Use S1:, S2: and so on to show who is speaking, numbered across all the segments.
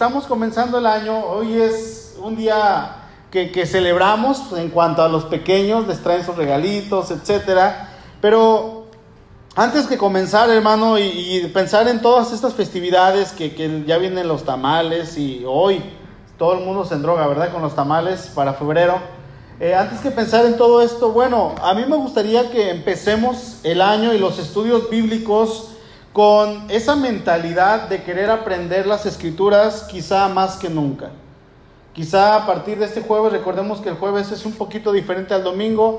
S1: estamos comenzando el año. Hoy es un día que celebramos en cuanto a los pequeños, les traen sus regalitos, etcétera. Pero antes que comenzar, hermano, y pensar en todas estas festividades que ya vienen los tamales, y hoy todo el mundo se endroga, ¿verdad?, con los tamales para febrero. Antes que pensar en todo esto, bueno, a mí me gustaría que empecemos el año y los estudios bíblicos con esa mentalidad de querer aprender las Escrituras quizá más que nunca. Quizá a partir de este jueves, recordemos que el jueves es un poquito diferente al domingo.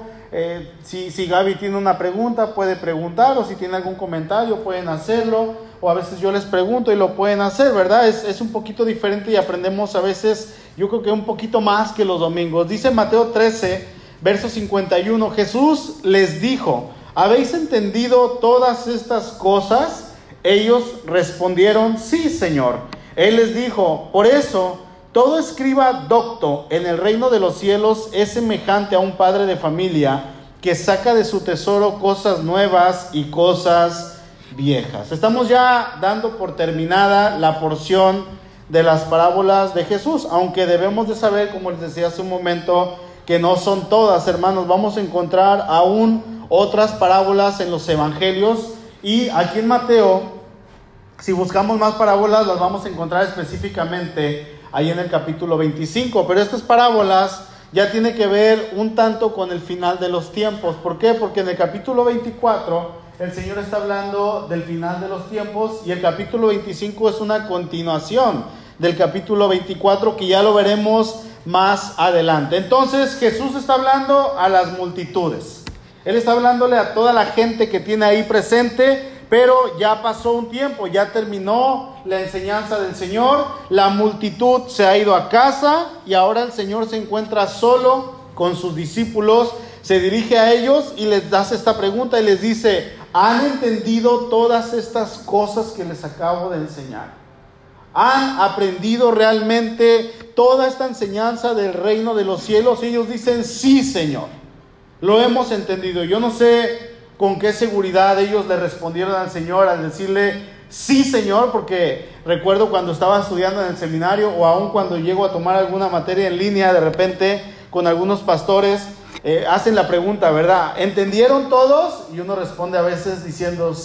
S1: Si Gaby tiene una pregunta, puede preguntar, o si tiene algún comentario, pueden hacerlo, o a veces yo les pregunto y lo pueden hacer, ¿verdad? Es un poquito diferente y aprendemos a veces, yo creo que un poquito más que los domingos. Dice Mateo 13, verso 51, Jesús les dijo: ¿habéis entendido todas estas cosas? Ellos respondieron: sí, Señor. Él les dijo: por eso, todo escriba docto en el reino de los cielos es semejante a un padre de familia que saca de su tesoro cosas nuevas y cosas viejas. Estamos ya dando por terminada la porción de las parábolas de Jesús, aunque debemos de saber, como les decía hace un momento, que no son todas, hermanos. Vamos a encontrar aún otras parábolas en los evangelios, y aquí en Mateo, si buscamos más parábolas, las vamos a encontrar específicamente ahí en el capítulo 25, pero estas parábolas ya tienen que ver un tanto con el final de los tiempos. ¿Por qué? Porque en el capítulo 24 el Señor está hablando del final de los tiempos, y el capítulo 25 es una continuación del capítulo 24, que ya lo veremos más adelante. Entonces Jesús está hablando a las multitudes, Él está hablándole a toda la gente que tiene ahí presente. Pero ya pasó un tiempo, ya terminó la enseñanza del Señor, la multitud se ha ido a casa, y ahora el Señor se encuentra solo con sus discípulos. Se dirige a ellos y les hace esta pregunta y les dice: ¿han entendido todas estas cosas que les acabo de enseñar? ¿Han aprendido realmente toda esta enseñanza del reino de los cielos? Y ellos dicen: sí, Señor, lo hemos entendido. Yo no sé con qué seguridad ellos le respondieron al Señor al decirle: sí, Señor, porque recuerdo cuando estaba estudiando en el seminario, o aún cuando llego a tomar alguna materia en línea, de repente con algunos pastores hacen la pregunta, ¿verdad? ¿Entendieron todos? Y uno responde a veces diciendo: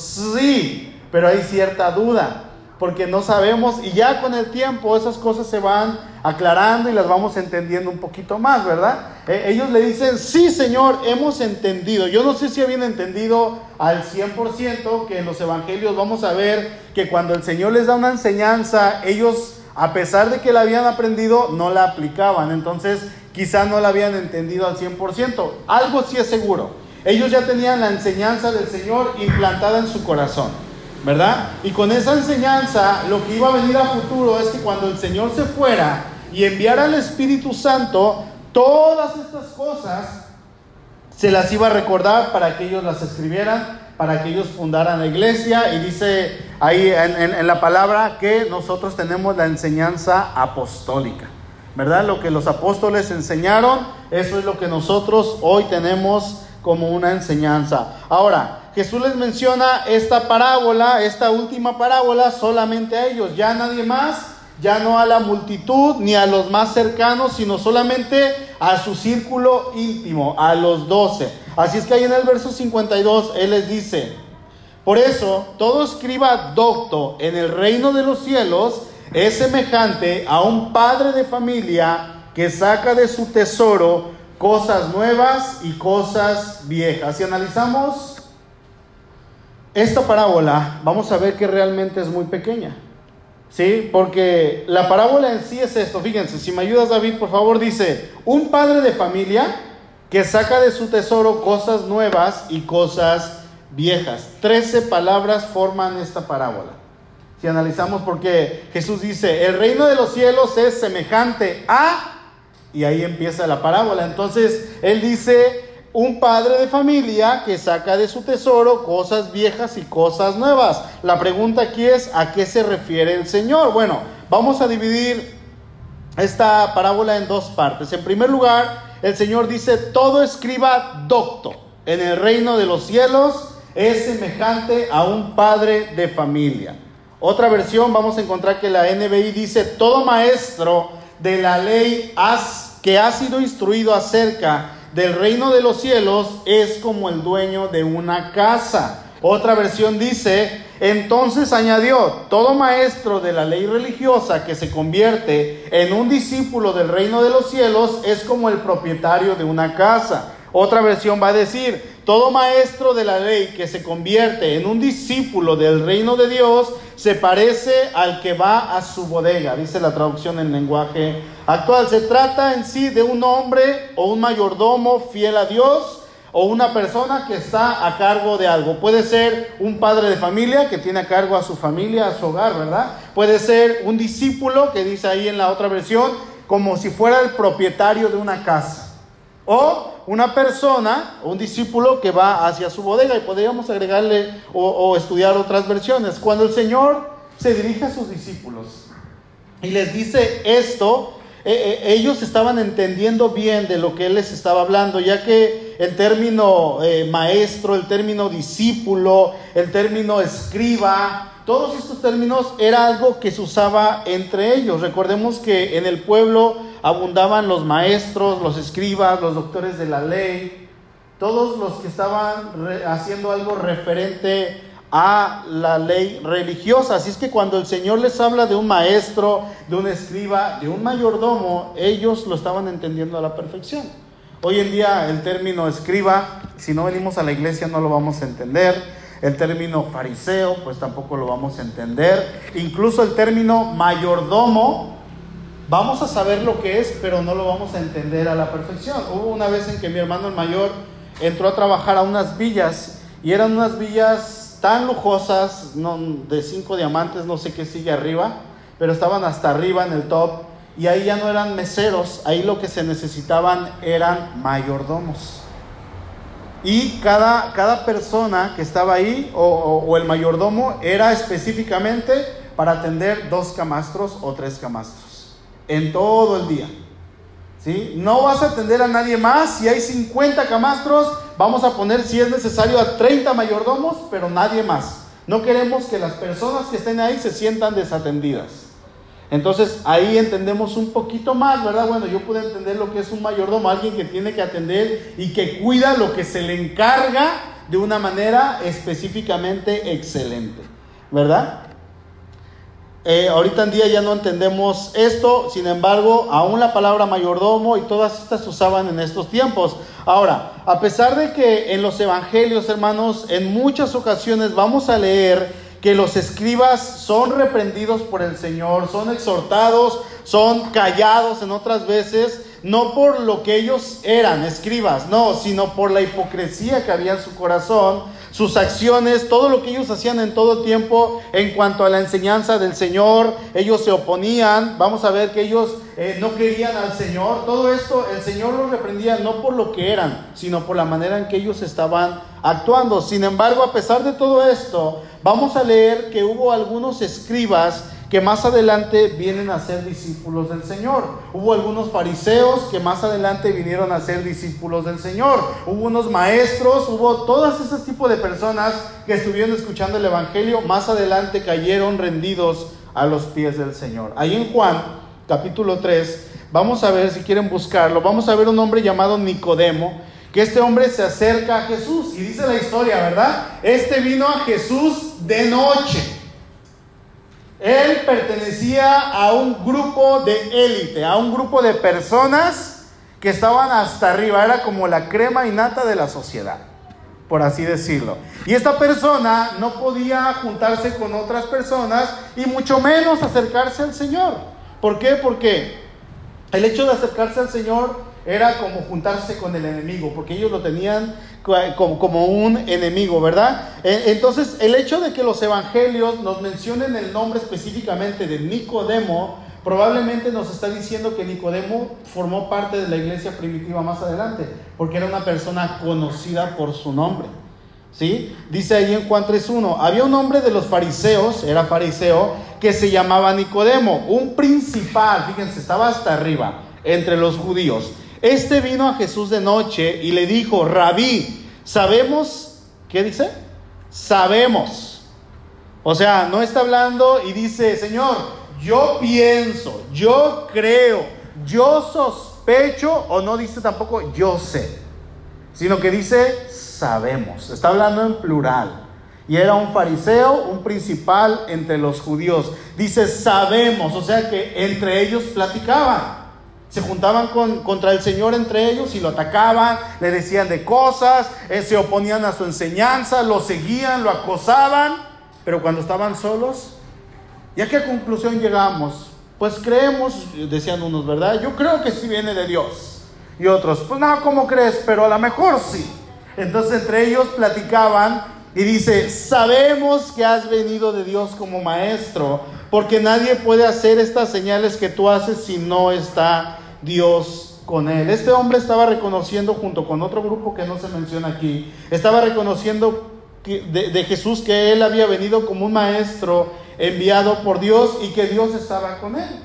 S1: sí, pero hay cierta duda, porque no sabemos, y ya con el tiempo esas cosas se van aclarando y las vamos entendiendo un poquito más, ¿verdad? Ellos le dicen: sí, Señor, hemos entendido. Yo no sé si habían entendido al 100%, que en los evangelios vamos a ver que cuando el Señor les da una enseñanza, ellos, a pesar de que la habían aprendido, no la aplicaban. Entonces quizá no la habían entendido al 100%. Algo sí es seguro: ellos ya tenían la enseñanza del Señor implantada en su corazón, ¿verdad? Y con esa enseñanza, lo que iba a venir a futuro es que cuando el Señor se fuera y enviara al Espíritu Santo, todas estas cosas se las iba a recordar para que ellos las escribieran, para que ellos fundaran la iglesia. Y dice ahí en la palabra que nosotros tenemos la enseñanza apostólica, ¿verdad? Lo que los apóstoles enseñaron, eso es lo que nosotros hoy tenemos como una enseñanza. Ahora, Jesús les menciona esta parábola, esta última parábola, solamente a ellos, ya a nadie más, ya no a la multitud ni a los más cercanos, sino solamente a su círculo íntimo, a los 12. Así es que ahí en el verso 52 Él les dice: por eso, todo escriba docto en el reino de los cielos es semejante a un padre de familia que saca de su tesoro cosas nuevas y cosas viejas. Si analizamos esta parábola, vamos a ver que realmente es muy pequeña, ¿sí? Porque la parábola en sí es esto. Fíjense, si me ayudas, David, por favor. Dice: un padre de familia que saca de su tesoro cosas nuevas y cosas viejas. 13 palabras forman esta parábola. Si analizamos, porque Jesús dice: el reino de los cielos es semejante a... y ahí empieza la parábola. Entonces Él dice: un padre de familia que saca de su tesoro cosas viejas y cosas nuevas. La pregunta aquí es: ¿a qué se refiere el Señor? Bueno, vamos a dividir esta parábola en dos partes. En primer lugar, el Señor dice: todo escriba docto en el reino de los cielos es semejante a un padre de familia. Otra versión vamos a encontrar que la NBI dice: todo maestro de la ley que ha sido instruido acerca del reino de los cielos es como el dueño de una casa. Otra versión dice: entonces añadió, todo maestro de la ley religiosa que se convierte en un discípulo del reino de los cielos es como el propietario de una casa. Otra versión va a decir: todo maestro de la ley que se convierte en un discípulo del reino de Dios se parece al que va a su bodega, dice la traducción en lenguaje actual. Se trata en sí de un hombre o un mayordomo fiel a Dios, o una persona que está a cargo de algo. Puede ser un padre de familia que tiene a cargo a su familia, a su hogar, ¿verdad? Puede ser un discípulo, que dice ahí en la otra versión, como si fuera el propietario de una casa. O una persona, un discípulo que va hacia su bodega, y podríamos agregarle o estudiar otras versiones. Cuando el Señor se dirige a sus discípulos y les dice esto, ellos estaban entendiendo bien de lo que Él les estaba hablando, ya que el término maestro, el término discípulo, el término escriba, todos estos términos era algo que se usaba entre ellos. Recordemos que en el pueblo abundaban los maestros, los escribas, los doctores de la ley, todos los que estaban haciendo algo referente a la ley religiosa. Así es que cuando el Señor les habla de un maestro, de un escriba, de un mayordomo, ellos lo estaban entendiendo a la perfección. Hoy en día el término escriba, si no venimos a la iglesia no lo vamos a entender. El término fariseo, pues tampoco lo vamos a entender. Incluso el término mayordomo, vamos a saber lo que es, pero no lo vamos a entender a la perfección. Hubo una vez en que mi hermano el mayor entró a trabajar a unas villas, y eran unas villas tan lujosas, de 5 diamantes, no sé qué sigue arriba, pero estaban hasta arriba en el top, y ahí ya no eran meseros, ahí lo que se necesitaban eran mayordomos. Y cada persona que estaba ahí, o el mayordomo, era específicamente para atender 2 camastros o 3 camastros en todo el día, ¿sí? No vas a atender a nadie más. Si hay 50 camastros, vamos a poner, si es necesario, a 30 mayordomos, pero nadie más. No queremos que las personas que estén ahí se sientan desatendidas. Entonces ahí entendemos un poquito más, ¿verdad? Bueno, yo pude entender lo que es un mayordomo, alguien que tiene que atender y que cuida lo que se le encarga de una manera específicamente excelente, ¿verdad? Ahorita en día ya no entendemos esto, sin embargo, aún la palabra mayordomo y todas estas se usaban en estos tiempos. Ahora, a pesar de que en los evangelios, hermanos, en muchas ocasiones vamos a leer que los escribas son reprendidos por el Señor, son exhortados, son callados en otras veces, no por lo que ellos eran, escribas, no, sino por la hipocresía que había en su corazón, sus acciones, todo lo que ellos hacían en todo tiempo en cuanto a la enseñanza del Señor. Ellos se oponían, vamos a ver que ellos no querían al Señor. Todo esto el Señor los reprendía no por lo que eran, sino por la manera en que ellos estaban actuando. Sin embargo, a pesar de todo esto, vamos a leer que hubo algunos escribas que más adelante vienen a ser discípulos del Señor. Hubo algunos fariseos que más adelante vinieron a ser discípulos del Señor. Hubo unos maestros, hubo todos esos tipos de personas que estuvieron escuchando el Evangelio, más adelante cayeron rendidos a los pies del Señor. Ahí en Juan, capítulo 3, vamos a ver, si quieren buscarlo, vamos a ver un hombre llamado Nicodemo, que este hombre se acerca a Jesús, y dice la historia, ¿verdad? Este vino a Jesús de noche. Él pertenecía a un grupo de élite, a un grupo de personas que estaban hasta arriba. Era como la crema innata de la sociedad, por así decirlo. Y esta persona no podía juntarse con otras personas y mucho menos acercarse al Señor. ¿Por qué? Porque el hecho de acercarse al Señor era como juntarse con el enemigo, porque ellos lo tenían como un enemigo, ¿verdad? Entonces, el hecho de que los evangelios nos mencionen el nombre específicamente de Nicodemo, probablemente nos está diciendo que Nicodemo formó parte de la iglesia primitiva más adelante, porque era una persona conocida por su nombre, ¿sí? Dice ahí en Juan 3:1, había un hombre de los fariseos, era fariseo, que se llamaba Nicodemo, un principal, fíjense, estaba hasta arriba, entre los judíos. Este vino a Jesús de noche y le dijo: Rabí, sabemos, ¿qué dice? Sabemos. O sea, no está hablando y dice, Señor, yo pienso, yo creo, yo sospecho, o no dice tampoco yo sé, sino que dice sabemos. Está hablando en plural. Y era un fariseo, un principal entre los judíos. Dice sabemos, o sea que entre ellos platicaban. Se juntaban contra el Señor entre ellos y lo atacaban, le decían de cosas, se oponían a su enseñanza, lo seguían, lo acosaban. Pero cuando estaban solos, ¿y a qué conclusión llegamos? Pues creemos, decían unos, ¿verdad? Yo creo que sí viene de Dios. Y otros, pues no, ¿cómo crees? Pero a lo mejor sí. Entonces entre ellos platicaban y dice, sabemos que has venido de Dios como maestro, porque nadie puede hacer estas señales que tú haces si no está Dios con él. Este hombre estaba reconociendo, junto con otro grupo que no se menciona aquí, estaba reconociendo de Jesús que él había venido como un maestro enviado por Dios y que Dios estaba con él.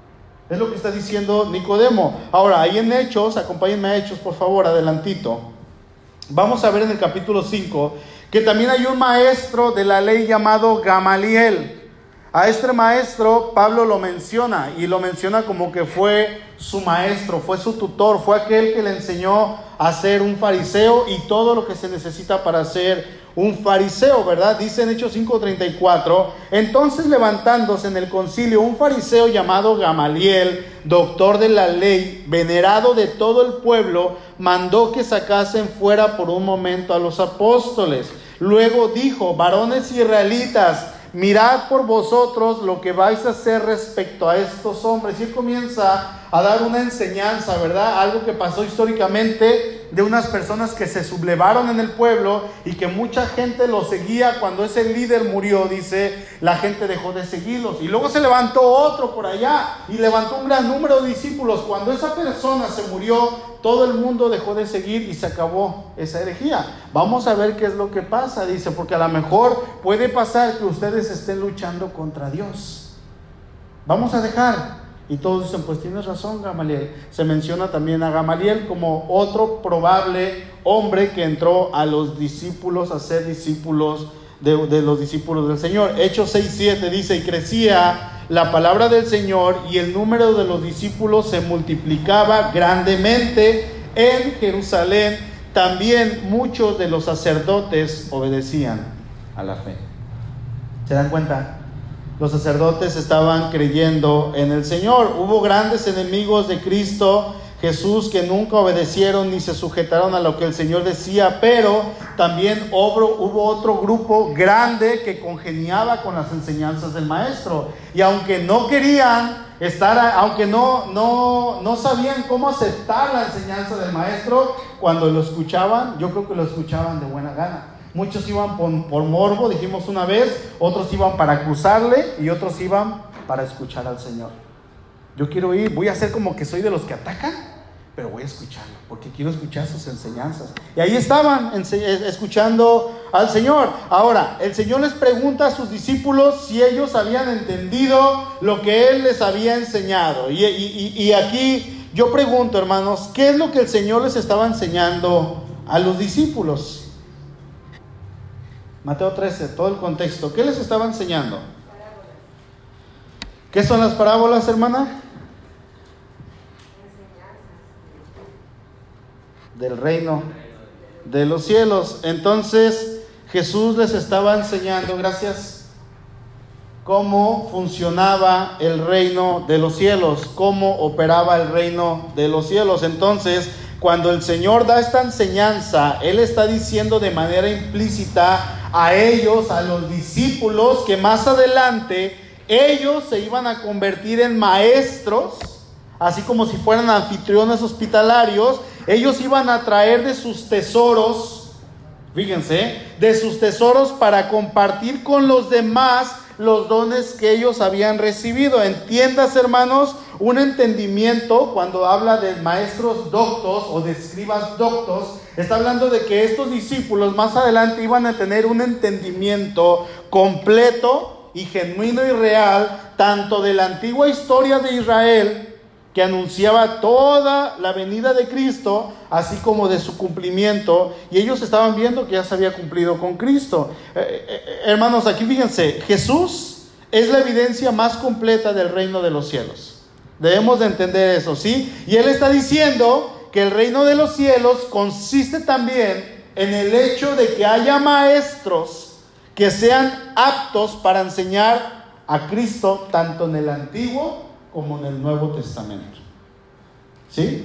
S1: Es lo que está diciendo Nicodemo. Ahora, ahí en Hechos, acompáñenme a Hechos, por favor, adelantito. Vamos a ver en el capítulo 5 que también hay un maestro de la ley llamado Gamaliel. A este maestro Pablo lo menciona, y lo menciona como que fue su maestro, fue su tutor, fue aquel que le enseñó a ser un fariseo y todo lo que se necesita para ser un fariseo, ¿verdad? Dice en Hechos 5:34, entonces levantándose en el concilio un fariseo llamado Gamaliel, doctor de la ley, venerado de todo el pueblo, mandó que sacasen fuera por un momento a los apóstoles. Luego dijo, varones israelitas, mirad por vosotros lo que vais a hacer respecto a estos hombres. Y él comienza a dar una enseñanza, ¿verdad? Algo que pasó históricamente de unas personas que se sublevaron en el pueblo y que mucha gente los seguía. Cuando ese líder murió, dice, la gente dejó de seguirlos. Y luego se levantó otro por allá y levantó un gran número de discípulos. Cuando esa persona se murió, todo el mundo dejó de seguir y se acabó esa herejía. Vamos a ver qué es lo que pasa, dice, porque a lo mejor puede pasar que ustedes estén luchando contra Dios. Vamos a dejar. Y todos dicen, pues tienes razón, Gamaliel. Se menciona también a Gamaliel como otro probable hombre que entró a los discípulos, a ser discípulos de los discípulos del Señor. Hechos 6:7 dice, y crecía la palabra del Señor y el número de los discípulos se multiplicaba grandemente en Jerusalén. También muchos de los sacerdotes obedecían a la fe. ¿Se dan cuenta? Los sacerdotes estaban creyendo en el Señor. Hubo grandes enemigos de Cristo Jesús que nunca obedecieron ni se sujetaron a lo que el Señor decía, pero también hubo otro grupo grande que congeniaba con las enseñanzas del Maestro. Y aunque no querían aunque no sabían cómo aceptar la enseñanza del Maestro, cuando lo escuchaban, yo creo que lo escuchaban de buena gana. Muchos iban por morbo, dijimos una vez, otros iban para acusarle y otros iban para escuchar al Señor. Yo quiero ir, voy a hacer como que soy de los que atacan, pero voy a escucharlo, porque quiero escuchar sus enseñanzas. Y ahí estaban escuchando al Señor. Ahora, el Señor les pregunta a sus discípulos si ellos habían entendido lo que Él les había enseñado. Y aquí yo pregunto, hermanos, ¿qué es lo que el Señor les estaba enseñando a los discípulos? Mateo 13, todo el contexto. ¿Qué les estaba enseñando? ¿Qué son las parábolas, hermana? Del reino de los cielos. Entonces Jesús les estaba enseñando, gracias, cómo funcionaba el reino de los cielos, cómo operaba el reino de los cielos. Entonces, cuando el Señor da esta enseñanza, Él está diciendo de manera implícita a ellos, a los discípulos, que más adelante ellos se iban a convertir en maestros, así como si fueran anfitriones hospitalarios. Ellos iban a traer de sus tesoros, fíjense, de sus tesoros para compartir con los demás los dones que ellos habían recibido. Entiendas, hermanos, un entendimiento cuando habla de maestros doctos o de escribas doctos, está hablando de que estos discípulos más adelante iban a tener un entendimiento completo y genuino y real, tanto de la antigua historia de Israel que anunciaba toda la venida de Cristo, así como de su cumplimiento, y ellos estaban viendo que ya se había cumplido con Cristo. Hermanos, aquí fíjense, Jesús es la evidencia más completa del reino de los cielos. Debemos de entender eso, ¿sí? Y Él está diciendo que el reino de los cielos consiste también en el hecho de que haya maestros que sean aptos para enseñar a Cristo tanto en el Antiguo como en el Nuevo Testamento. ¿Sí?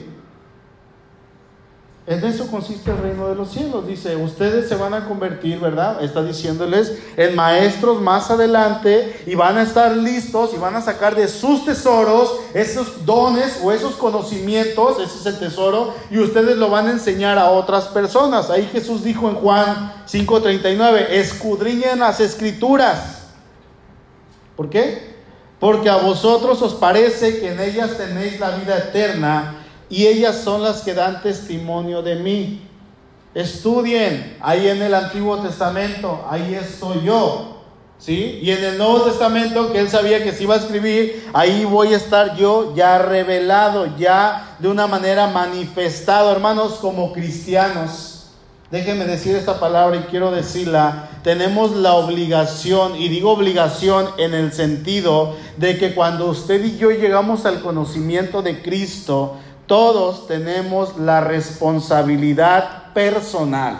S1: En eso consiste el reino de los cielos. Dice, ustedes se van a convertir, ¿verdad? Está diciéndoles en maestros más adelante, y van a estar listos y van a sacar de sus tesoros esos dones o esos conocimientos, ese es el tesoro, y ustedes lo van a enseñar a otras personas. Ahí Jesús dijo en Juan 5:39, escudriñen las Escrituras. ¿Por qué? Porque a vosotros os parece que en ellas tenéis la vida eterna, y ellas son las que dan testimonio de mí. Estudien, ahí en el Antiguo Testamento, ahí estoy yo, ¿sí? Y en el Nuevo Testamento, que Él sabía que se iba a escribir, ahí voy a estar yo ya revelado, ya de una manera manifestado. Hermanos, como cristianos, déjenme decir esta palabra y quiero decirla, tenemos la obligación, y digo obligación en el sentido de que cuando usted y yo llegamos al conocimiento de Cristo, todos tenemos la responsabilidad personal,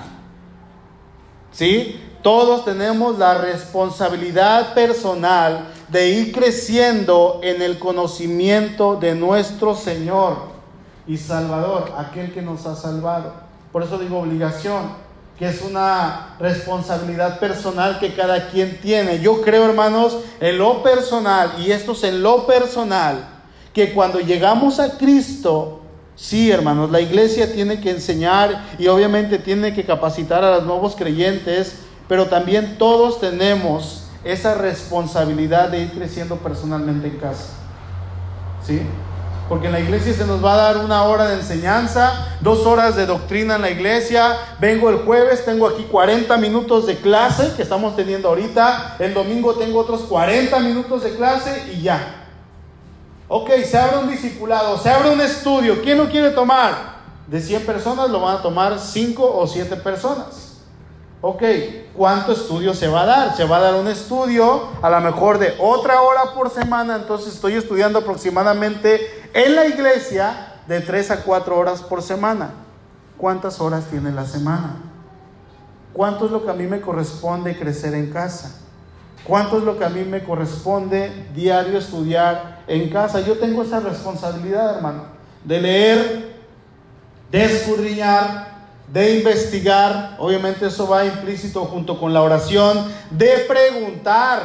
S1: ¿sí? Todos tenemos la responsabilidad personal de ir creciendo en el conocimiento de nuestro Señor y Salvador, aquel que nos ha salvado. Por eso digo obligación, que es una responsabilidad personal que cada quien tiene. Yo creo, hermanos, en lo personal, y esto es en lo personal, que cuando llegamos a Cristo, sí, hermanos, la iglesia tiene que enseñar y obviamente tiene que capacitar a los nuevos creyentes, pero también todos tenemos esa responsabilidad de ir creciendo personalmente en casa, ¿sí? Porque en la iglesia se nos va a dar 1 hora de enseñanza, 2 horas de doctrina en la iglesia. Vengo el jueves, tengo aquí 40 minutos de clase que estamos teniendo ahorita. El domingo tengo otros 40 minutos de clase y ya. Ok, se abre un discipulado, se abre un estudio. ¿Quién lo quiere tomar? De 100 personas lo van a tomar 5 o 7 personas. Ok, ¿cuánto estudio se va a dar? Se va a dar un estudio a lo mejor de 1 hora por semana. Entonces estoy estudiando aproximadamente en la iglesia de 3 a 4 horas por semana. ¿Cuántas horas tiene la semana? ¿Cuánto es lo que a mí me corresponde crecer en casa? ¿Cuánto es lo que a mí me corresponde diario estudiar en casa? Yo tengo esa responsabilidad, hermano, de leer, de escudriñar, de investigar. Obviamente eso va implícito junto con la oración, de preguntar,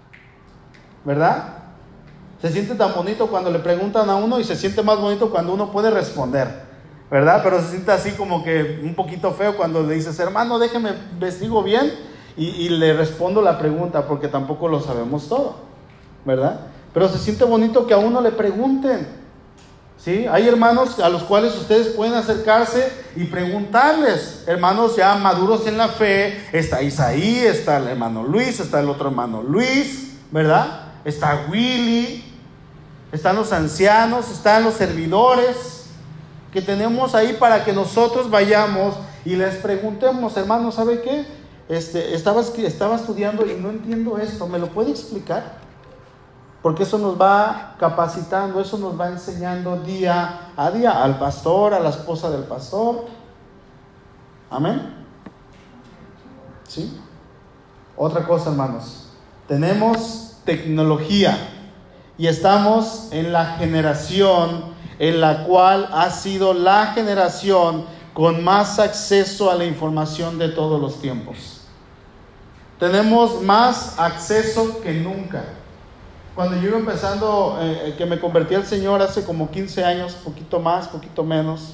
S1: ¿verdad? Se siente tan bonito cuando le preguntan a uno, y se siente más bonito cuando uno puede responder, ¿verdad? Pero se siente así como que un poquito feo cuando le dices, hermano, déjeme investigo bien y le respondo la pregunta, porque tampoco lo sabemos todo, ¿verdad? Pero se siente bonito que a uno le pregunten, ¿sí? Hay hermanos a los cuales ustedes pueden acercarse y preguntarles, hermanos ya maduros en la fe. Está Isaí, está el hermano Luis, está el otro hermano Luis, ¿verdad? Está Willy, están los ancianos, están los servidores que tenemos ahí para que nosotros vayamos y les preguntemos, hermano, ¿sabe qué? Estaba estudiando y no entiendo esto, ¿me lo puede explicar? Porque eso nos va capacitando, eso nos va enseñando día a día, al pastor, a la esposa del pastor. Amén. ¿Sí? Otra cosa, hermanos, tenemos tecnología y estamos en la generación en la cual ha sido la generación con más acceso a la información de todos los tiempos. Tenemos más acceso que nunca. Cuando yo iba empezando, que me convertí al Señor hace como 15 años, poquito más, poquito menos,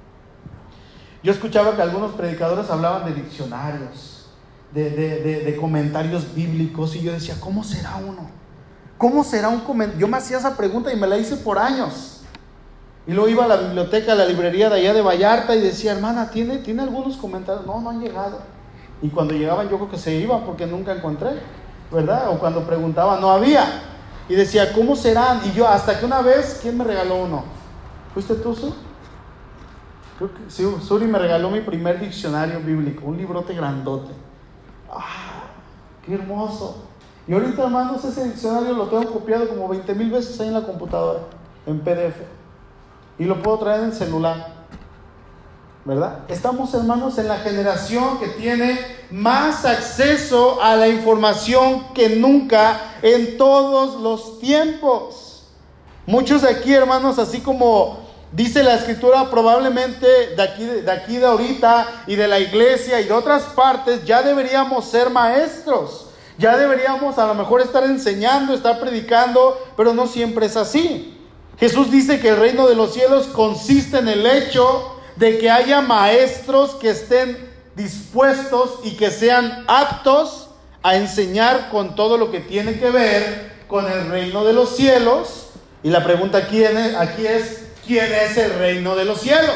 S1: yo escuchaba que algunos predicadores hablaban de diccionarios, de comentarios bíblicos, y yo decía, ¿cómo será uno? ¿Cómo será un comentario? Yo me hacía esa pregunta y me la hice por años. Y luego iba a la biblioteca, a la librería de allá de Vallarta y decía, hermana, ¿tiene algunos comentarios? No han llegado. Y cuando llegaban yo creo que se iban porque nunca encontré, ¿verdad? O cuando preguntaba no había. Y decía, ¿cómo serán? Y yo, hasta que una vez, ¿quién me regaló uno? ¿Fuiste tú, Su? Creo que sí, Suri me regaló mi primer diccionario bíblico, un librote grandote. ¡Ah! ¡Qué hermoso! Y ahorita, hermanos, ese diccionario lo tengo copiado como 20,000 veces ahí en la computadora, en PDF. Y lo puedo traer en el celular, ¿verdad? Estamos, hermanos, en la generación que tiene más acceso a la información que nunca en todos los tiempos. Muchos de aquí, hermanos, así como dice la Escritura, probablemente de aquí de ahorita y de la iglesia y de otras partes, ya deberíamos ser maestros. Ya deberíamos a lo mejor estar enseñando, estar predicando, pero no siempre es así. Jesús dice que el reino de los cielos consiste en el hecho de que haya maestros que estén dispuestos y que sean aptos a enseñar con todo lo que tiene que ver con el reino de los cielos. Y la pregunta aquí es, ¿quién es el reino de los cielos?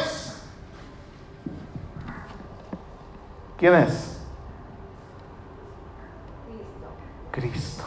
S1: ¿Quién es? Cristo.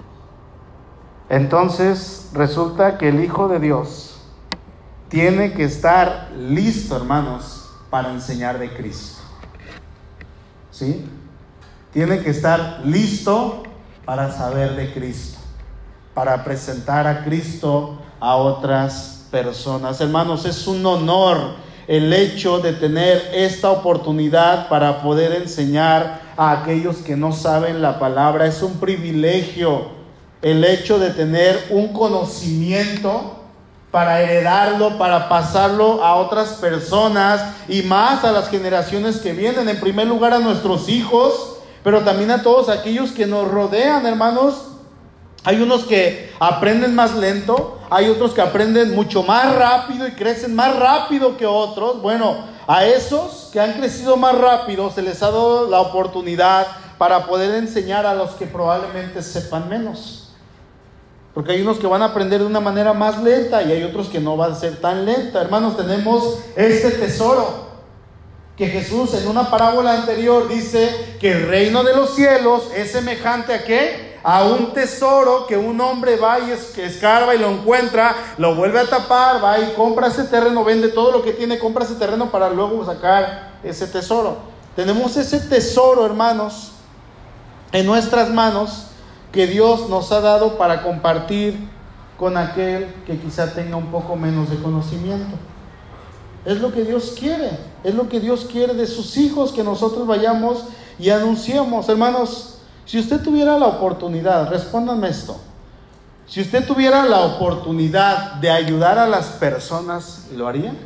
S1: Entonces resulta que el Hijo de Dios tiene que estar listo, hermanos, para enseñar de Cristo. ¿Sí? Tiene que estar listo para saber de Cristo, para presentar a Cristo a otras personas. Hermanos, es un honor el hecho de tener esta oportunidad para poder enseñar a aquellos que no saben la palabra. Es un privilegio el hecho de tener un conocimiento para heredarlo, para pasarlo a otras personas y más a las generaciones que vienen. En primer lugar a nuestros hijos, pero también a todos aquellos que nos rodean, hermanos. Hay unos que aprenden más lento, hay otros que aprenden mucho más rápido y crecen más rápido que otros. Bueno, a esos que han crecido más rápido se les ha dado la oportunidad para poder enseñar a los que probablemente sepan menos. Porque hay unos que van a aprender de una manera más lenta y hay otros que no van a ser tan lenta. Hermanos, tenemos este tesoro que Jesús en una parábola anterior dice que el reino de los cielos es semejante ¿a qué? A un tesoro que un hombre va y escarba y lo encuentra, lo vuelve a tapar, va y compra ese terreno, vende todo lo que tiene, compra ese terreno para luego sacar ese tesoro. Tenemos ese tesoro, hermanos, en nuestras manos que Dios nos ha dado para compartir con aquel que quizá tenga un poco menos de conocimiento. Es lo que Dios quiere, es lo que Dios quiere de sus hijos, que nosotros vayamos y anunciemos. Hermanos, si usted tuviera la oportunidad, respóndanme esto, si usted tuviera la oportunidad de ayudar a las personas, ¿lo haría?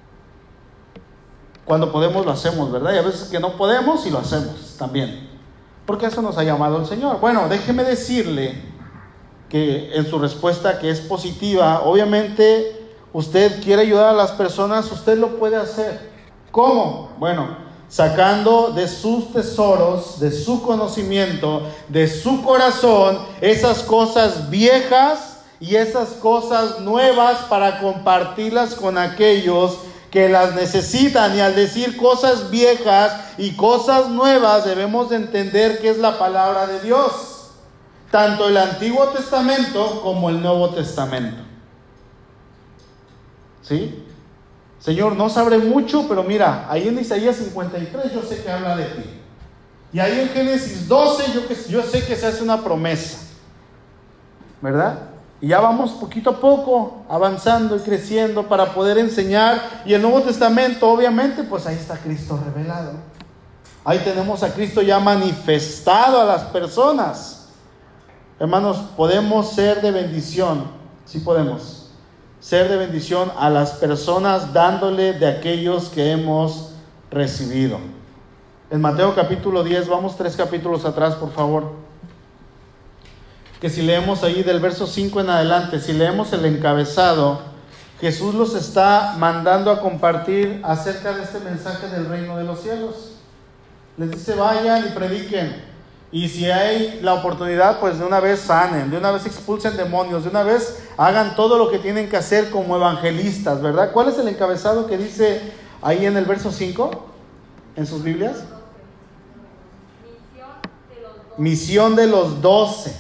S1: Cuando podemos lo hacemos, ¿verdad? Y a veces que no podemos y lo hacemos también, porque eso nos ha llamado el Señor. Bueno, déjeme decirle que en su respuesta, que es positiva, obviamente usted quiere ayudar a las personas, usted lo puede hacer. ¿Cómo? Bueno, sacando de sus tesoros, de su conocimiento, de su corazón, esas cosas viejas y esas cosas nuevas para compartirlas con aquellos que las necesitan. Y al decir cosas viejas y cosas nuevas, debemos de entender que es la palabra de Dios, tanto el Antiguo Testamento como el Nuevo Testamento. ¿Sí? Señor, no sabré mucho, pero mira, ahí en Isaías 53 yo sé que habla de ti. Y ahí en Génesis 12 yo sé que se hace una promesa, ¿verdad? Y ya vamos poquito a poco avanzando y creciendo para poder enseñar. Y el Nuevo Testamento, obviamente, pues ahí está Cristo revelado. Ahí tenemos a Cristo ya manifestado a las personas. Hermanos, podemos ser de bendición, sí podemos ser de bendición a las personas dándole de aquellos que hemos recibido. En Mateo capítulo 10, vamos 3 capítulos atrás, por favor. Que si leemos ahí del verso 5 en adelante, si leemos el encabezado, Jesús los está mandando a compartir acerca de este mensaje del reino de los cielos. Les dice, vayan y prediquen. Y si hay la oportunidad, pues de una vez sanen, de una vez expulsen demonios, de una vez hagan todo lo que tienen que hacer como evangelistas, ¿verdad? ¿Cuál es el encabezado que dice ahí en el verso 5? ¿En sus Biblias? Misión de los 12.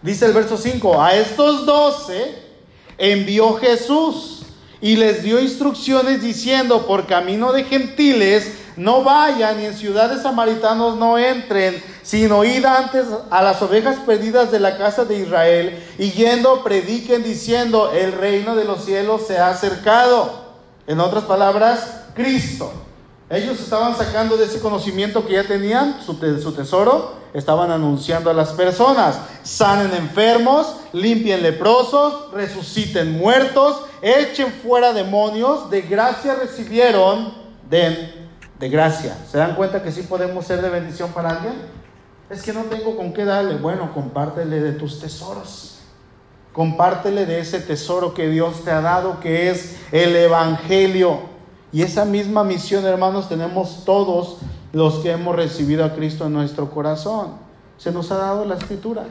S1: Dice el verso 5, a estos 12 envió Jesús y les dio instrucciones diciendo, por camino de gentiles no vayan y en ciudades samaritanos no entren, sino id antes a las ovejas perdidas de la casa de Israel, y yendo prediquen diciendo, el reino de los cielos se ha acercado. En otras palabras, Cristo. Ellos estaban sacando de ese conocimiento que ya tenían, su tesoro, estaban anunciando a las personas: sanen enfermos, limpien leprosos, resuciten muertos, echen fuera demonios, de gracia recibieron, den de gracia. ¿Se dan cuenta que sí podemos ser de bendición para alguien? Es que no tengo con qué darle. Bueno, compártele de tus tesoros. Compártele de ese tesoro que Dios te ha dado, que es el Evangelio. Y esa misma misión, hermanos, tenemos todos los que hemos recibido a Cristo en nuestro corazón. Se nos ha dado la Escritura.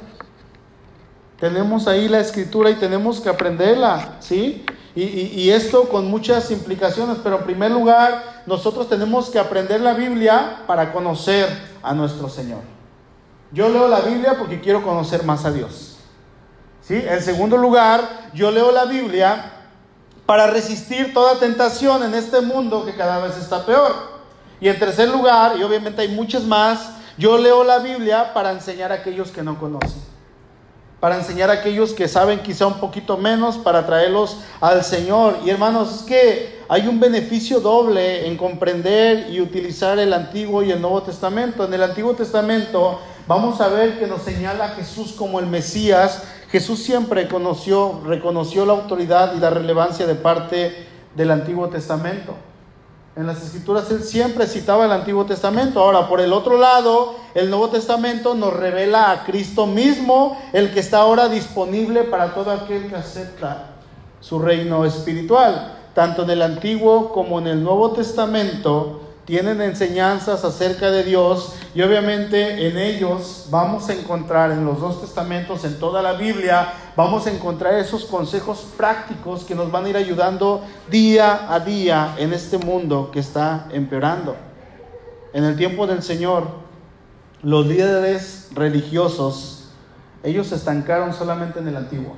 S1: Tenemos ahí la Escritura y tenemos que aprenderla, ¿sí? Y esto con muchas implicaciones, pero en primer lugar, nosotros tenemos que aprender la Biblia para conocer a nuestro Señor. Yo leo la Biblia porque quiero conocer más a Dios, ¿sí? En segundo lugar, yo leo la Biblia para resistir toda tentación en este mundo que cada vez está peor. Y en tercer lugar, y obviamente hay muchas más, yo leo la Biblia para enseñar a aquellos que no conocen. Para enseñar a aquellos que saben quizá un poquito menos, para traerlos al Señor. Y hermanos, es que hay un beneficio doble en comprender y utilizar el Antiguo y el Nuevo Testamento. En el Antiguo Testamento vamos a ver que nos señala a Jesús como el Mesías. Jesús siempre reconoció la autoridad y la relevancia de parte del Antiguo Testamento. En las Escrituras él siempre citaba el Antiguo Testamento. Ahora, por el otro lado, el Nuevo Testamento nos revela a Cristo mismo, el que está ahora disponible para todo aquel que acepta su reino espiritual. Tanto en el Antiguo como en el Nuevo Testamento tienen enseñanzas acerca de Dios, y obviamente en ellos vamos a encontrar, en los dos testamentos, en toda la Biblia, vamos a encontrar esos consejos prácticos que nos van a ir ayudando día a día en este mundo que está empeorando. En el tiempo del Señor, los líderes religiosos, ellos se estancaron solamente en el Antiguo.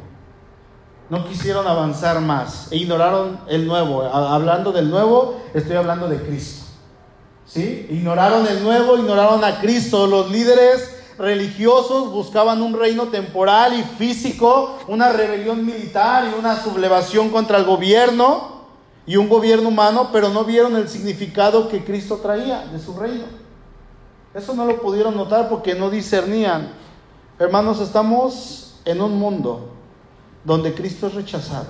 S1: No quisieron avanzar más e ignoraron el Nuevo. Hablando del Nuevo, estoy hablando de Cristo. ¿Sí? Ignoraron el Nuevo, ignoraron a Cristo. Los líderes religiosos buscaban un reino temporal y físico, una rebelión militar y una sublevación contra el gobierno y un gobierno humano, pero no vieron el significado que Cristo traía de su reino. Eso no lo pudieron notar porque no discernían. Hermanos, estamos en un mundo donde Cristo es rechazado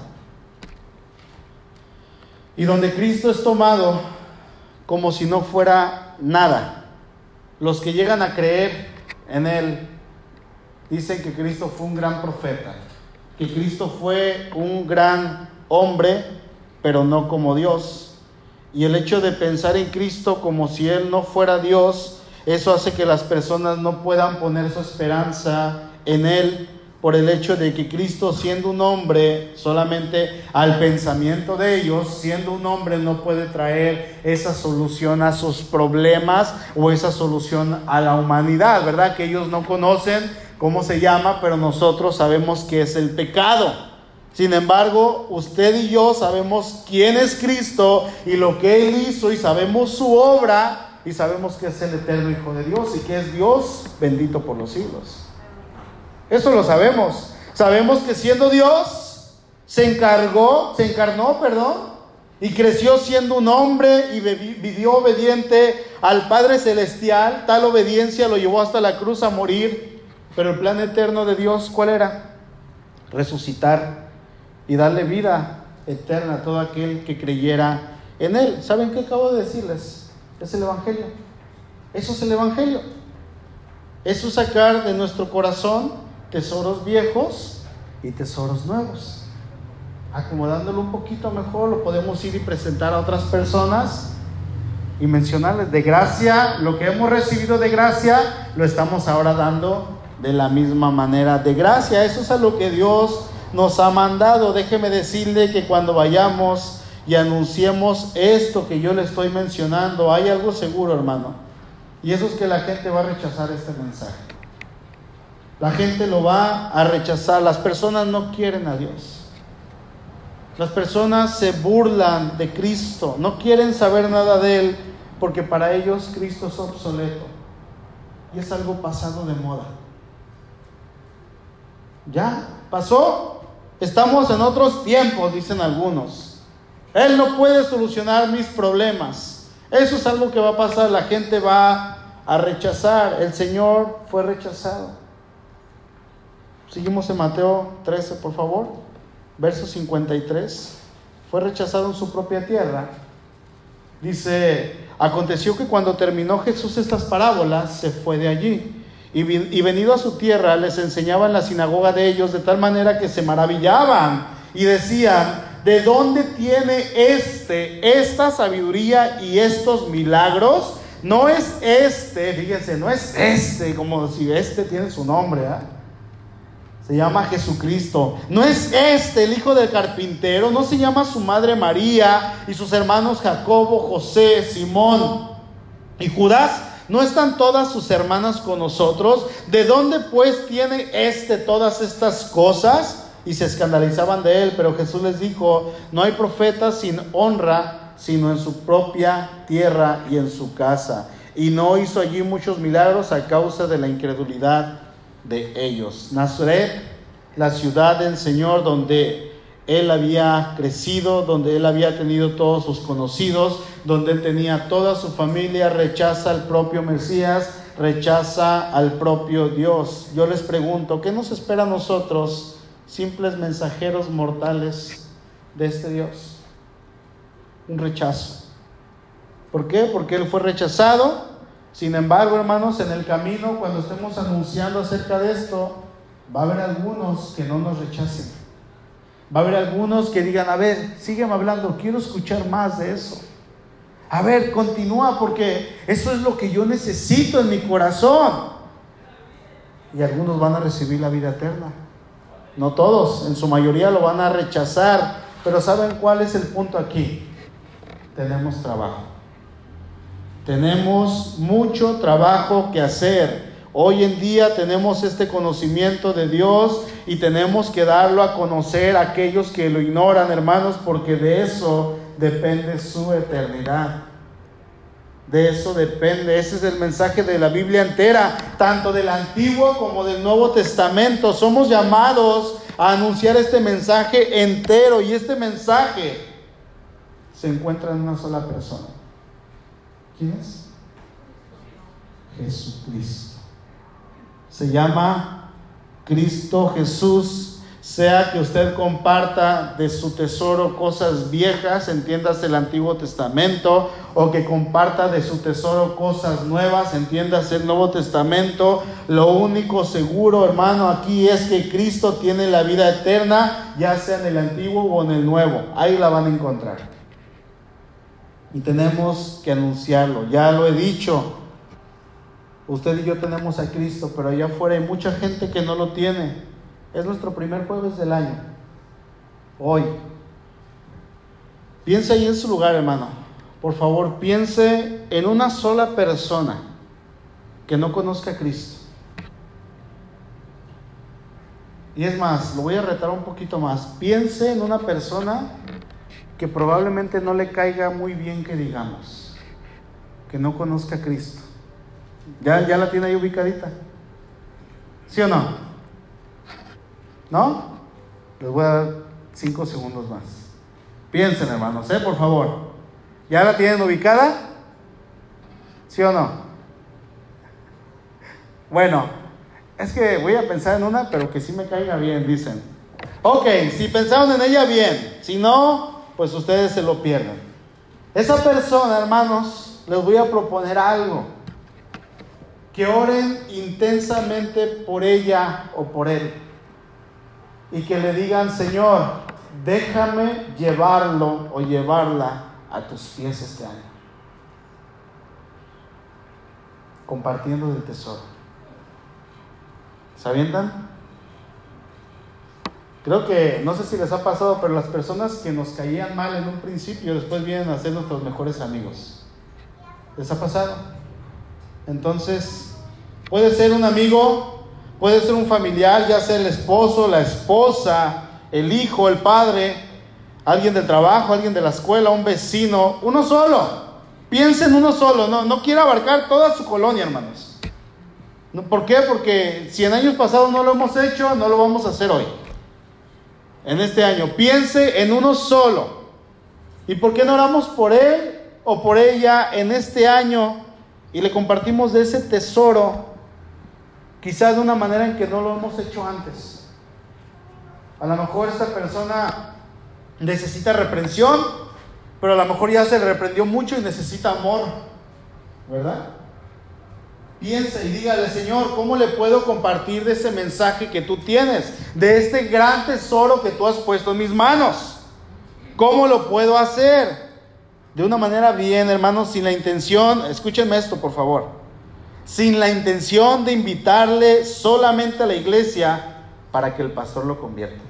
S1: y donde Cristo es tomado como si no fuera nada. Los que llegan a creer en Él dicen que Cristo fue un gran profeta, que Cristo fue un gran hombre, pero no como Dios. Y el hecho de pensar en Cristo como si Él no fuera Dios, eso hace que las personas no puedan poner su esperanza en Él, por el hecho de que Cristo, siendo un hombre, solamente al pensamiento de ellos, siendo un hombre, no puede traer esa solución a sus problemas o esa solución a la humanidad, ¿verdad? Que ellos no conocen cómo se llama, pero nosotros sabemos que es el pecado. Sin embargo, usted y yo sabemos quién es Cristo y lo que Él hizo, y sabemos su obra, y sabemos que es el eterno Hijo de Dios y que es Dios bendito por los siglos. Eso lo sabemos. Sabemos que siendo Dios, se encarnó, y creció siendo un hombre y vivió obediente al Padre Celestial. Tal obediencia lo llevó hasta la cruz a morir. Pero el plan eterno de Dios, ¿cuál era? Resucitar y darle vida eterna a todo aquel que creyera en Él. ¿Saben qué acabo de decirles? Es el Evangelio. Eso es el Evangelio. Eso es sacar de nuestro corazón tesoros viejos y tesoros nuevos. Acomodándolo un poquito mejor, lo podemos ir y presentar a otras personas y mencionarles de gracia. Lo que hemos recibido de gracia, lo estamos ahora dando de la misma manera de gracia. Eso es a lo que Dios nos ha mandado. Déjeme decirle que cuando vayamos y anunciemos esto que yo le estoy mencionando, hay algo seguro, hermano, y eso es que la gente va a rechazar este mensaje. La gente lo va a rechazar. Las personas no quieren a Dios. Las personas se burlan de Cristo, no quieren saber nada de Él, porque para ellos Cristo es obsoleto y es algo pasado de moda. Ya pasó, estamos en otros tiempos, dicen algunos. Él no puede solucionar mis problemas. Eso es algo que va a pasar, la gente va a rechazar. El Señor fue rechazado. Seguimos en Mateo 13, por favor. Verso 53, fue rechazado en su propia tierra. Dice: aconteció que cuando terminó Jesús estas parábolas, se fue de allí, y venido a su tierra, les enseñaba en la sinagoga de ellos, de tal manera que se maravillaban y decían: ¿de dónde tiene esta sabiduría y estos milagros? No es fíjense, no es como si tiene su nombre, Se llama Jesucristo. No es el hijo del carpintero. No se llama su madre María y sus hermanos Jacobo, José, Simón y Judas. ¿No están todas sus hermanas con nosotros? ¿De dónde pues tiene todas estas cosas? Y se escandalizaban de él. Pero Jesús les dijo: no hay profeta sin honra, sino en su propia tierra y en su casa. Y no hizo allí muchos milagros a causa de la incredulidad de ellos. Nazaret, la ciudad del Señor, donde él había crecido, donde él había tenido todos sus conocidos, donde él tenía toda su familia, rechaza al propio Mesías, rechaza al propio Dios. Yo les pregunto, ¿qué nos espera a nosotros, simples mensajeros mortales de este Dios? Un rechazo. ¿Por qué? Porque él fue rechazado. Sin embargo, hermanos, en el camino, cuando estemos anunciando acerca de esto, va a haber algunos que no nos rechacen. Va a haber algunos que digan: a ver, sígueme hablando, quiero escuchar más de eso. A ver, continúa, porque eso es lo que yo necesito en mi corazón. Y algunos van a recibir la vida eterna. No todos, en su mayoría lo van a rechazar. Pero ¿saben cuál es el punto aquí? Tenemos trabajo. Tenemos mucho trabajo que hacer. Hoy en día tenemos este conocimiento de Dios y tenemos que darlo a conocer a aquellos que lo ignoran, hermanos, porque de eso depende su eternidad. De eso depende. Ese es el mensaje de la Biblia entera, tanto del Antiguo como del Nuevo Testamento. Somos llamados a anunciar este mensaje entero, y este mensaje se encuentra en una sola persona. ¿Quién es? Jesucristo. Se llama Cristo Jesús. Sea que usted comparta de su tesoro cosas viejas, entiéndase el Antiguo Testamento, o que comparta de su tesoro cosas nuevas, entiéndase el Nuevo Testamento, lo único seguro, hermano, aquí es que Cristo tiene la vida eterna, ya sea en el Antiguo o en el Nuevo. Ahí la van a encontrar. Y tenemos que anunciarlo. Ya lo he dicho, usted y yo tenemos a Cristo, pero allá afuera hay mucha gente que no lo tiene. Es nuestro primer jueves del año, hoy. Piense ahí en su lugar, hermano. Por favor, piense en una sola persona que no conozca a Cristo. Y es más, lo voy a retar un poquito más. Piense en una persona que probablemente no le caiga muy bien, que digamos, que no conozca a Cristo. ¿Ya la tiene ahí ubicadita? ¿Sí o no? ¿No? Les voy a dar 5 segundos más. Piensen, hermanos, por favor. ¿Ya la tienen ubicada? ¿Sí o no? Bueno, es que voy a pensar en una, pero que sí me caiga bien, dicen. Ok, si pensaron en ella, bien. Si no, pues ustedes se lo pierden. Esa persona, hermanos, les voy a proponer algo: que oren intensamente por ella o por él, y que le digan: Señor, déjame llevarlo o llevarla a tus pies este año, compartiendo del tesoro. ¿Se avientan? Creo que, no sé si les ha pasado, pero las personas que nos caían mal en un principio, después vienen a ser nuestros mejores amigos. ¿Les ha pasado? Entonces, puede ser un amigo, Puede ser un familiar, ya sea el esposo, la esposa, el hijo, el padre, alguien del trabajo, alguien de la escuela, un vecino, uno solo. Piensa en uno solo, no quiere abarcar toda su colonia, hermanos. ¿Por qué? Porque si en años pasados no lo hemos hecho, no lo vamos a hacer hoy. En este año, piense en uno solo. ¿Y por qué no oramos por él o por ella en este año y le compartimos de ese tesoro, quizás de una manera en que no lo hemos hecho antes? A lo mejor esta persona necesita reprensión, pero a lo mejor ya se le reprendió mucho y necesita amor, ¿verdad? Piensa y dígale: Señor, ¿cómo le puedo compartir de ese mensaje que tú tienes? De este gran tesoro que tú has puesto en mis manos. ¿Cómo lo puedo hacer? De una manera bien, hermanos, sin la intención, escúchenme esto por favor, sin la intención de invitarle solamente a la iglesia para que el pastor lo convierta.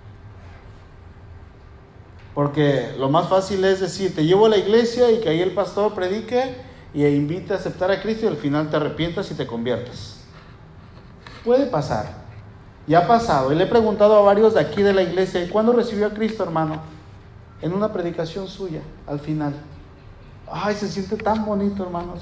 S1: Porque lo más fácil es decir: te llevo a la iglesia y que ahí el pastor predique y invite a aceptar a Cristo y al final te arrepientas y te conviertas. Puede pasar, ya ha pasado. Y le he preguntado a varios de aquí de la iglesia: ¿y cuándo recibió a Cristo, hermano? En una predicación suya, al final. Ay, se siente tan bonito, hermanos.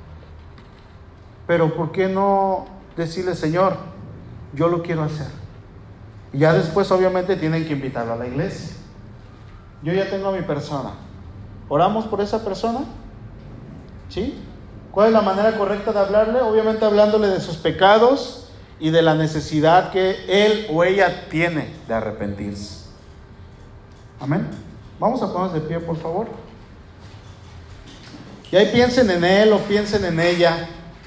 S1: Pero ¿por qué no decirle: Señor, yo lo quiero hacer? Y ya después obviamente tienen que invitarlo a la iglesia. Yo ya tengo a mi persona. ¿Oramos por esa persona? ¿Sí? ¿Cuál es la manera correcta de hablarle? Obviamente hablándole de sus pecados y de la necesidad que él o ella tiene de arrepentirse. Amén. Vamos a ponernos de pie, por favor. Y ahí piensen en él o piensen en ella.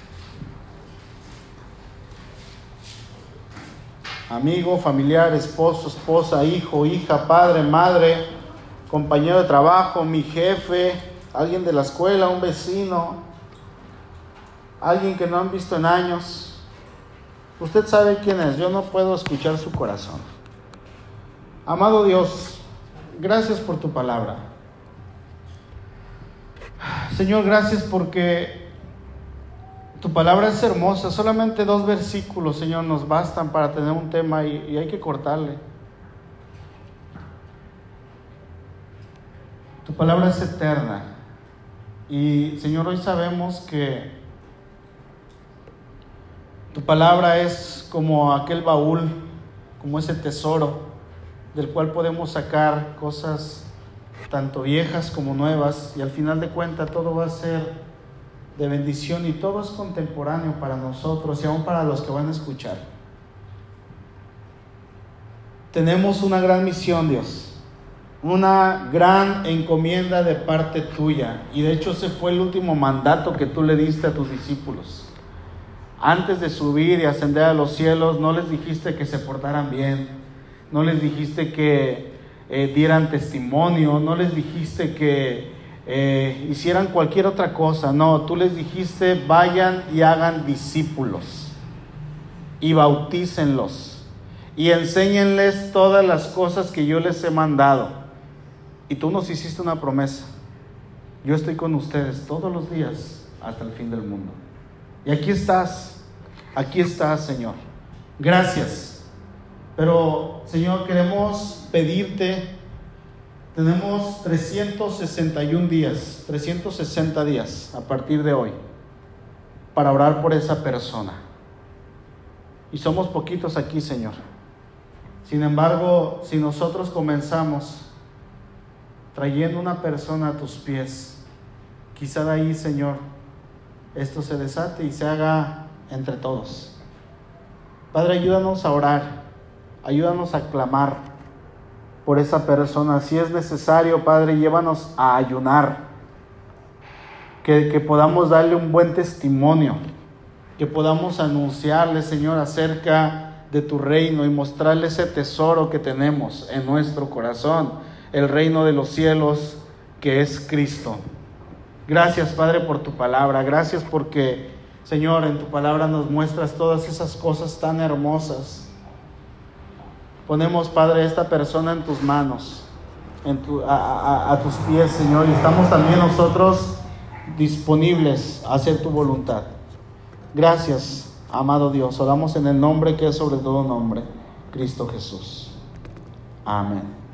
S1: Amigo, familiar, esposo, esposa, hijo, hija, padre, madre, compañero de trabajo, mi jefe, alguien de la escuela, un vecino, alguien que no han visto en años. Usted sabe quién es. Yo no puedo escuchar su corazón. Amado Dios, gracias por tu palabra. Señor, gracias porque tu palabra es hermosa. Solamente 2 versículos, Señor, nos bastan para tener un tema y hay que cortarle. Tu palabra es eterna. Y Señor, hoy sabemos que tu palabra es como aquel baúl, como ese tesoro del cual podemos sacar cosas tanto viejas como nuevas, y al final de cuentas todo va a ser de bendición y todo es contemporáneo para nosotros y aún para los que van a escuchar. Tenemos una gran misión, Dios, una gran encomienda de parte tuya, y de hecho ese fue el último mandato que tú le diste a tus discípulos. Antes de subir y ascender a los cielos, no les dijiste que se portaran bien, no les dijiste que dieran testimonio, no les dijiste que hicieran cualquier otra cosa. No, tú les dijiste: vayan y hagan discípulos y bautícenlos y enséñenles todas las cosas que yo les he mandado. Y tú nos hiciste una promesa: yo estoy con ustedes todos los días hasta el fin del mundo. Y aquí estás, Señor. Gracias. Pero, Señor, queremos pedirte, tenemos 361 días, 360 días a partir de hoy para orar por esa persona. Y somos poquitos aquí, Señor. Sin embargo, si nosotros comenzamos trayendo una persona a tus pies, quizá de ahí, Señor, esto se desate y se haga entre todos. Padre, ayúdanos a orar, ayúdanos a clamar por esa persona. Si es necesario, Padre, llévanos a ayunar, que podamos darle un buen testimonio, que podamos anunciarle, Señor, acerca de tu reino y mostrarle ese tesoro que tenemos en nuestro corazón, el reino de los cielos que es Cristo. Gracias, Padre, por tu palabra. Gracias porque, Señor, en tu palabra nos muestras todas esas cosas tan hermosas. Ponemos, Padre, esta persona en tus manos, a tus pies, Señor, y estamos también nosotros disponibles a hacer tu voluntad. Gracias. Amado Dios, oramos en el nombre que es sobre todo nombre, Cristo Jesús. Amén.